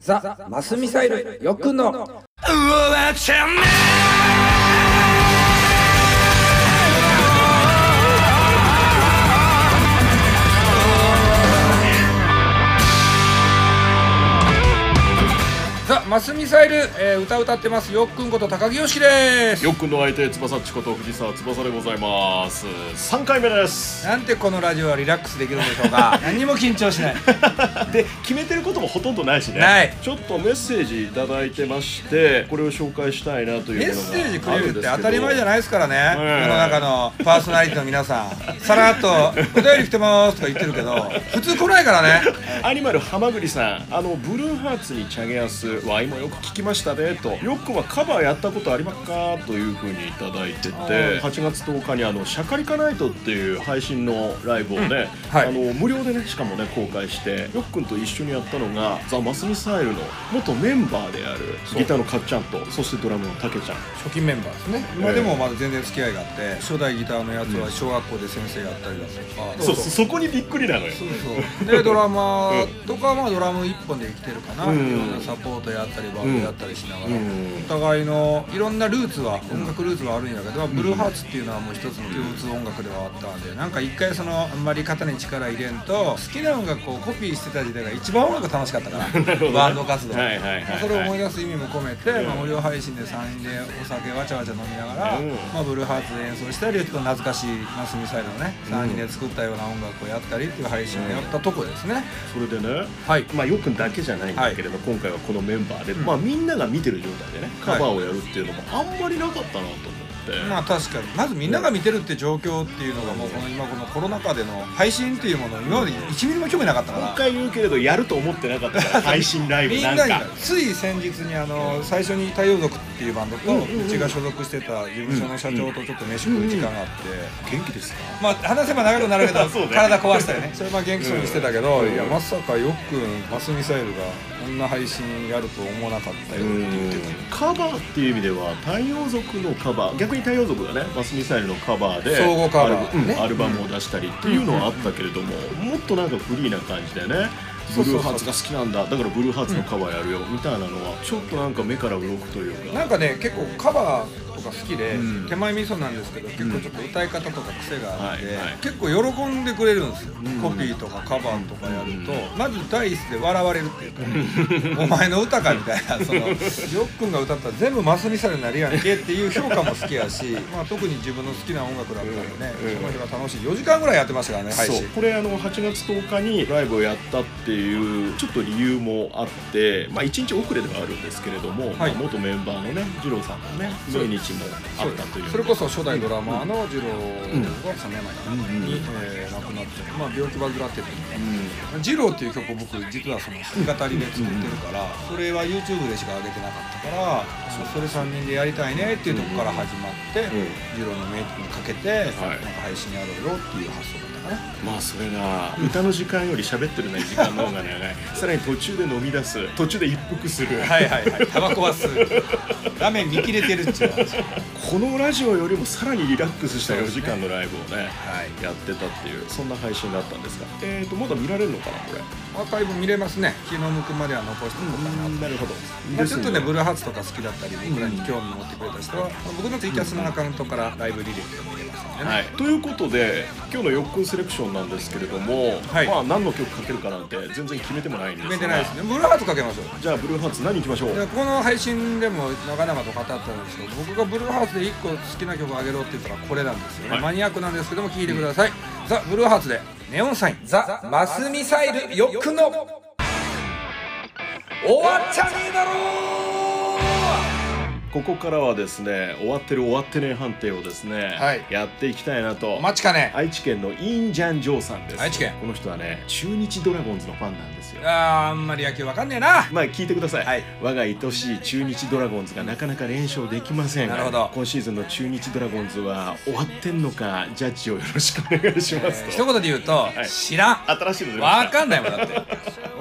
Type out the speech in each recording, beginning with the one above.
ザ・マスミサイルよっくんのチャンネル。 ザ・マスミサイル、歌ってますよっくんこと高木よしきです。 よっくんの相手翼っちこと藤沢翼でございます。3回目です。 なんてこのラジオはリラックスできるんでしょうか。何も緊張しないで、決めてることもほとんどないしね。 ないちょっとメッセージいただいてまして、これを紹介したいなというメッものセージくがあるんですけど、 れるって当たり前じゃないですからね、世の中のパーソナリティの皆さんさらっとお便り来てますとか言ってるけど普通来ないからね。 アニマル浜栗さん、ブルーハーツにチャゲアスワイもよく聞きましたねと、よっくんはカバーやったことありますかというふうにいただいてて、8月10日にシャカリカナイトっていう配信のライブをね、 はい、 無料でねしかもね公開して、よっくんと一緒にやったのがザ・マスミサイルの元メンバーであるギターのかっちゃんと、そしてドラムのたけちゃん、 初期メンバーですね。今でもまだ全然付き合いがあって、初代ギターのやつは小学校で先生やったりだとか、 そこにびっくりなのよ。 そうそうでドラマーとかはまあドラム一本で生きてるかな、いろんなサポートやったりバンドやったりしながら、お互いのいろんなルーツは音楽ルーツはあるんやけど、ブルーハーツっていうのはもう一つの共通音楽ではあったんで、なんか一回あんまり肩に力入れんと好きな音楽をコピーしてた時代が一番音楽楽しかったからバンド活動、それを思い出す意味も込めて、無料配信で3人でお酒わちゃわちゃ飲みながら、ブルーハーツで演奏したり、ちょっと懐かしいマスミサイルのね3人で作ったような音楽をやったりっていう配信をやったとこですね。 それでね、 はい、 よくんだけじゃないんだけれど、今回はこのメンバーで、みんなが見てる状態でねカバーをやるっていうのもあんまりなかったなと思って。 確かにまずみんなが見てるって状況っていうのがもう今このコロナ禍での配信っていうもの今まで1ミリも興味なかったから、 もう一回言うけれどやると思ってなかったから配信ライブなんかみんなについ先日に最初に太陽族っていうバンドと、うちが所属してた事務所の社長とちょっと飯食う時間があって、 元気ですか？ 話せば長くなるけどそうね、 体壊したりね、それ元気そうにしてたけど、いやまさかよっくんマスミサイルがこんな配信やると思わなかったよって言ってた。 カバーっていう意味では太陽族のカバー、逆に太陽族がねマスミサイルのカバーで総合カバー、 アルバムを出したりっていうのはあったけれども、もっとなんかフリーな感じでね、ブルーハーツが好きなんだ、だからブルーハーツのカバーやるよみたいなのはちょっとなんか目から鱗というか、 なんかね結構カバーとか好きで、手前味噌なんですけど、結構ちょっと歌い方とか癖があって、結構喜んでくれるんですよ、コピーとかカバーとかやると、まず第一声で笑われるっていうかお前の歌かみたいな、よっくんが歌ったら全部マスミサイルになるやんけっていう評価も好きやし、特に自分の好きな音楽だったんでね、その日が楽しい4時間ぐらいやってましたからね、配信。 これ8月10日にライブをやったっていうちょっと理由もあって、1日遅れではあるんですけれども、元メンバーのね二郎さんのね命日もあったという、 それこそ初代ドラマーの二郎が3年前に亡くなって、病気患ってて、二郎っていう曲を僕実は弾き語りで作ってるから、それは YouTube でしか上げてなかったから、それ3人でやりたいねっていうとこから始まって、二郎の名曲にかけて配信やろうよっていう発想だったかな。 それが歌の時間より喋ってるない時間の方が長いさらに途中で飲み出す、途中で一服する、 タバコは吸う、画面見切れてるっていう話。 このラジオよりもさらにリラックスした4時間のライブをね、やってたっていう、そんな配信だったんですが、まだ見られるのかなこれ。 アーカイブ見れますね。気の向くまでは残しておこうかな。 なるほど。 ちょっとねブルーハーツとか好きだったり、僕らに興味を持ってくれた人は、僕のツイキャスのアカウントからライブ履歴を見れますのでね。 ということで今日のよっくんセレクションなんですけれども、何の曲かけるかなんて全然決めてもないんですが、 決めてないですね。ブルーハーツかけましょう。 じゃあブルーハーツ何いきましょう。 この配信でも長々と語ったんですけど、僕がブルーハーツで1個好きな曲をあげろって言ったらこれなんですよね。マニアックなんですけども聴いてください。ザ・ブルーハーツでネオンサイン。ザ・マスミサイルよっくんの終わっちゃねえだろー。 ここからはですね、終わってる終わってねえ判定をですね、やっていきたいなと。 お待ちかね。 愛知県のインジャンジョーさんです。 愛知県。 この人はね、中日ドラゴンズのファンなんですよ。 あんまり野球わかんねえな。 聞いてください。我が愛しい中日ドラゴンズがなかなか連勝できません。 なるほど。 今シーズンの中日ドラゴンズは終わってんのか、ジャッジをよろしくお願いしますと。 一言で言うと、知らん。 新しいの出ました。 わかんないもんだって。終わって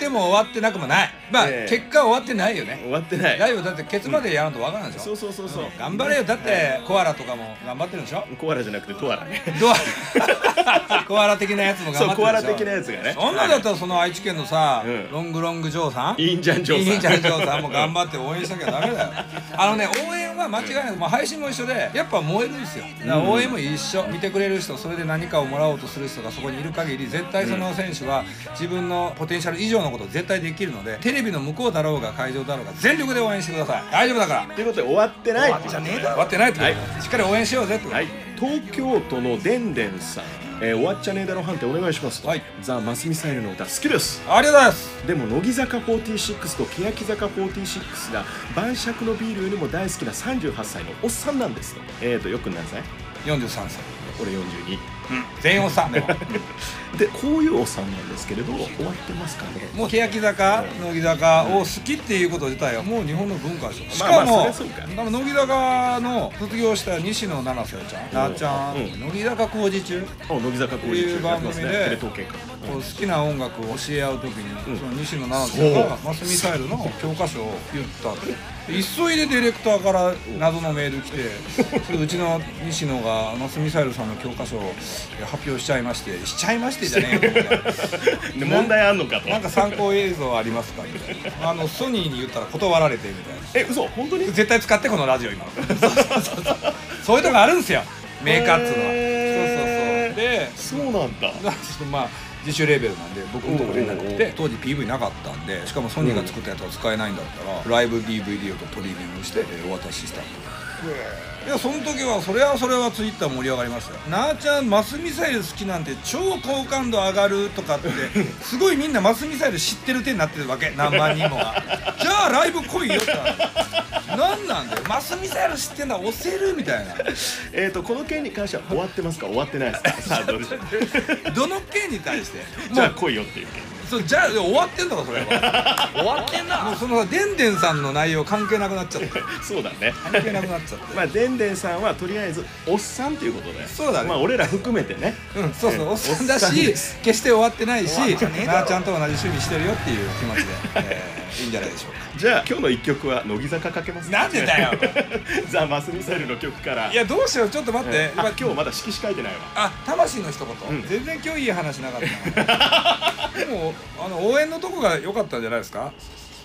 っても終わってなくもない。まあ結果は終わってないよね。 終わってない。 ライブだってケツまでやらんとわからんでしょ。 そう頑張れよ。だってコアラとかも頑張ってるんでしょ。 コアラじゃなくてトアラね。 コアラ的なやつも頑張ってるでしょ。 そう、コアラ的なやつがね。 そんなだったらその愛知県のさ、ロングジョーさん、 インジャンジョーさんも頑張って応援しなきゃダメだよ。応援は間違いない。まあ配信も一緒でやっぱ燃えるんですよ。だから応援も一緒。見てくれる人、それで何かをもらおうとする人がそこにいる限り、絶対その選手は自分のポテンシャル以上のことを絶対できるので、テレビの向こうだろうが会場だろうが全力で応援してください。大丈夫だから。 ということで終わってない。 終わってないってこと。しっかり応援しようぜってこと。 東京都のでんでんさん、終わっちゃねえだろ判定お願いしますと。ザ・マスミサイルの歌好きです。 ありがとうございます。 でも乃木坂46と欅坂46が晩酌のビールよりも大好きな38歳のおっさんなんですと。よく何歳 ？43歳。 俺42。 全員おっさんでも。 でこういうおっさんなんですけれど、終わってますかね。 もう欅坂、乃木坂を好きっていうこと自体はもう日本の文化でしょ。しかも乃木坂の卒業した西野七瀬ちゃん、なあちゃん、乃木坂工事中っていう番組で好きな音楽を教え合う時に、その西野七瀬がマスミサイルの教科書を言ったって。急いでディレクターから謎のメール来て、うちの西野がマスミサイルさんの教科書を発表しちゃいましてじゃねえよみたいな。 問題あんのかと。 なんか参考映像ありますかみたいな。ソニーに言ったら断られてみたいな。 嘘？本当に？ 絶対使ってこのラジオ今。そういうとこあるんですよ、メーカーっつうのは。で、 そうなんだ。 まあ自主レーベルなんで僕のとこ連絡来て、当時 PV なかったんで、しかもソニーが作ったやつは使えないんだったらライブ DVD をトリミングしてお渡ししたと。いや、その時はそれはツイッター盛り上がりましたよ。なあちゃんマスミサイル好きなんて超好感度上がるとかってすごいみんなマスミサイル知ってる手になってるわけ、何万人もが。じゃあライブ来いよってなんなんだよ、マスミサイル知ってんだ押せるみたいな。 この件に関しては終わってますか終わってないですか。さあどの件に対してじゃあ来いよっていう件。 じゃあ終わってんのかそれは。終わってんな。もうそのでんでんさんの内容関係なくなっちゃって。 そうだね、 関係なくなっちゃって。 まあでんでんさんはとりあえずおっさんということで、 そうだね、 まあ俺ら含めてね、 そうおっさんだし、決して終わってないし、なあちゃんと同じ趣味してるよっていう気持ちでいいんじゃないでしょうか。 じゃあ今日の一曲は乃木坂かけます。 なんでだよ。 ザ・マスミサイルの曲から。 いやどうしよう、ちょっと待って。 今日まだ色紙書いてないわ。 魂の一言、全然今日いい話なかったな。でも応援のとこが良かったんじゃないですか。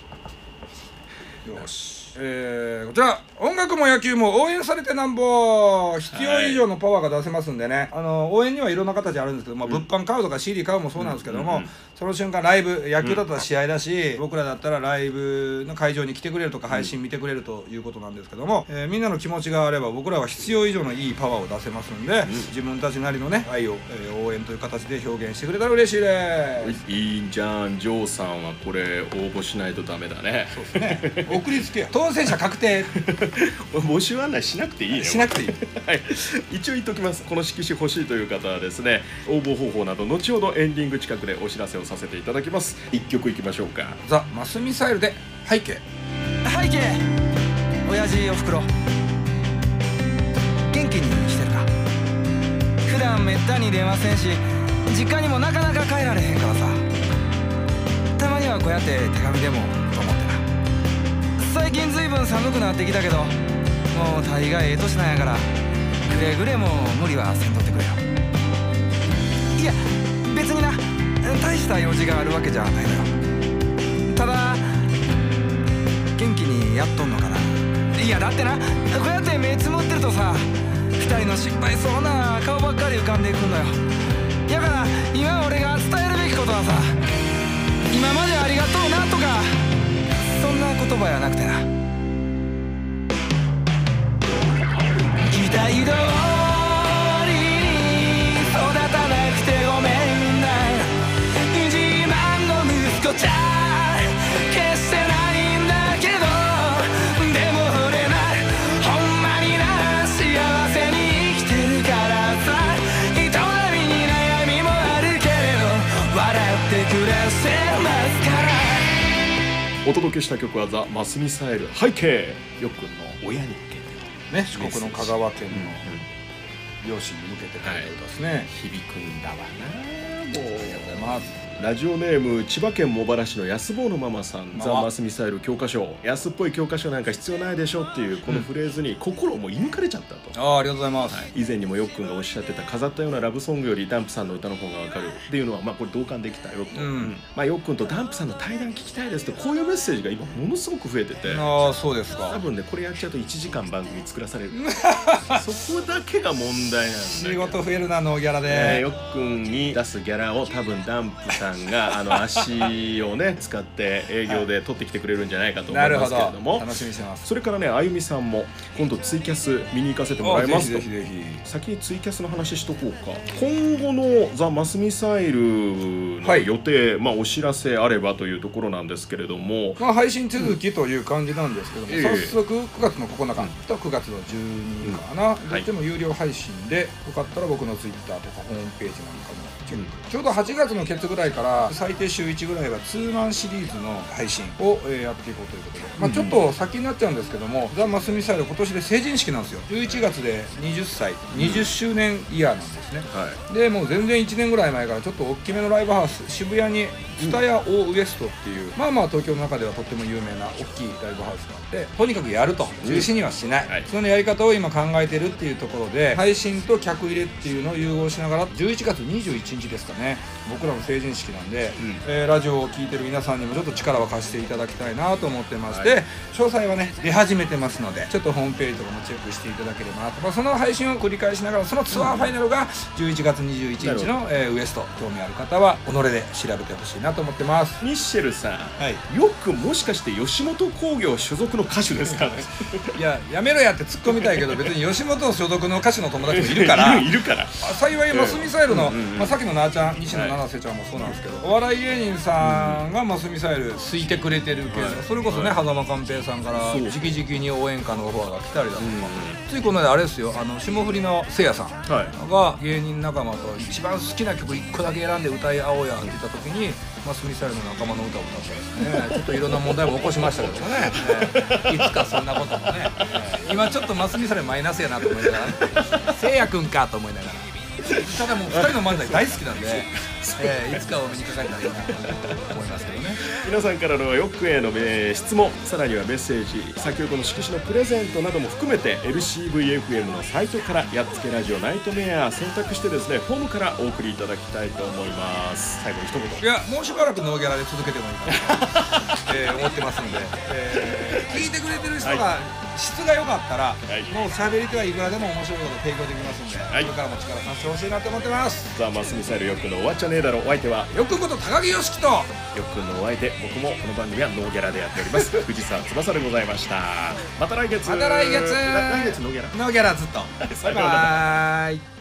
よし、こちら音楽も野球も応援されてなんぼ、必要以上のパワーが出せますんでね。応援にはいろんな形あるんですけど、物販買うとか CD 買うもそうなんですけども、その瞬間ライブ、野球だったら試合だし、僕らだったらライブの会場に来てくれるとか配信見てくれるということなんですけども、みんなの気持ちがあれば僕らは必要以上のいいパワーを出せますんで、自分たちなりのね愛を、応援という形で表現してくれたら嬉しいです。 いいじゃん。ジョーさんはこれ応募しないとダメだね。 そうですね。送りつけよ。当選者確定。 募集案内しなくていいね。 しなくていい。 はい、一応言っときます。この色紙欲しいという方はですね、応募方法など後ほどエンディング近くでお知らせをさせていただきます。一曲いきましょうか。 ザ・マスミサイルで背景。 背景。親父おふくろ元気にしてるか。普段めったに電話せんし、実家にもなかなか帰られへんからさ、たまにはこうやって手紙でもと思ってな。最近ずいぶん寒くなってきたけど、もう大概年なんやから、くれぐれも無理はせんとってくれよ。いや別にな、大した用事があるわけじゃないのよ。ただ元気にやっとんのかな。いやだってな、こうやって目つむってるとさ、二人の心配そうな顔ばっかり浮かんでいくんだよ。だから今俺が伝えるべきことはさ、今までありがとうなとかそんな言葉やなくてな。期待通りに育たなくてごめんな。自慢の息子ちゃん決してないんだけど、でも俺なほんまにな幸せに生きてるからさ。営みに悩みもあるけれど笑って暮らせますから。 お届けした曲はザ・マスミサイル背景。よっくんの親に向けてね、四国の香川県の両親に向けて書いた歌ですね。 響くんだわな。もうありがとうございます。 ラジオネーム千葉県茂原市の安坊のママさん、ザ・マスミサイル教科書、安っぽい教科書なんか必要ないでしょっていうこのフレーズに心をもう射抜かれちゃったと。 ありがとうございます。 以前にもよっくんがおっしゃってた飾ったようなラブソングよりダンプさんの歌の方が分かるっていうのは、まあこれ同感できたよと、よっくんとダンプさんの対談聞きたいですと、こういうメッセージが今ものすごく増えてて、 そうですか。 多分ねこれやっちゃうと1時間番組作らされるそこだけが問題なんだ。 仕事増えるな、ノーギャラで。 よっくんに出すギャラを多分ダンプさんが足をね使って営業で取ってきてくれるんじゃないかと思いますけれども、 楽しみにしてます。 それからね、あゆみさんも今度ツイキャス見に行かせてもらいますと。 ぜひぜひぜひ。 先にツイキャスの話しとこうか。今後のザ・マスミサイルの予定、お知らせあればというところなんですけれども、 配信続きという感じなんですけども、早速9月の9日と9月の12日かな、どっちも有料配信で、よかったら僕のツイッターとかホームページなんかもチェック。ちょうど8月のケツぐらいから最低週1ぐらいはツーマンシリーズの配信をやっていこうということで、ちょっと先になっちゃうんですけども、ザ・マスミサイル今年で成人式なんですよ。11月で20歳20周年イヤーなんですね。でもう全然1年ぐらい前からちょっと大きめのライブハウス、渋谷にツタヤオーウエストっていう、東京の中ではとっても有名な大きいライブハウスがあって、とにかくやると、中止にはしない、そのやり方を今考えてるっていうところで、配信と客入れっていうのを融合しながら11月21日ですかね、僕らの成人式なんで、ラジオを聴いてる皆さんにもちょっと力を貸していただきたいなと思ってまして、詳細はね出始めてますので、ちょっとホームページとかもチェックしていただければなと。その配信を繰り返しながら、そのツアーファイナルが11月21日のウエスト、興味ある方は己で調べてほしいなと思ってます。 ミッシェルさん、よくもしかして吉本興業所属の歌手ですか？ いや、やめろやって突っ込みたいけど、別に吉本所属の歌手の友達もいるからいるから、 幸いマスミサイルの、さっきのなあちゃん、西野七瀬ちゃんもそうなんですけど、お笑い芸人さんがマスミサイル好いてくれてるけど、それこそね、狭間寛平さんから直々に応援歌のオファーが来たりだとか、ついこの間あれですよ、霜降りのせいやさんが芸人仲間と一番好きな曲1個だけ選んで歌い合おうやって言った時に、マスミサイルの仲間の歌を歌ったんですね。ちょっといろんな問題も起こしましたけどもね、いつかそんなこともね、今ちょっとマスミサイルマイナスやなと思いながら、せいやくんかと思いながら、ただもう2人の漫才大好きなんで、いつかお目にかかれたらいいなと思いますけどね。 皆さんからのよっくんへの質問、さらにはメッセージ、先ほどの色紙のプレゼントなども含めて LCVFM のサイトからやっつけラジオナイトメア選択してですね、フォームからお送りいただきたいと思います。最後に一言。 いや、もうしばらくノーギャラで続けてもいいかなと思ってますので、聞いてくれてる人が質が良かったら、もう喋り手はいくらでも面白いこと提供できますんで、これからも力貸してほしいなと思ってます。 ザ・マスミサイルよっくんの終わっちゃねえだろ。お相手はよっくんこと高木よしきと、 よっくんのお相手、僕もこの番組はノーギャラでやっております藤沢翼でございました。また来月。 来月ノーギャラ。 ノーギャラずっとバイバーイ。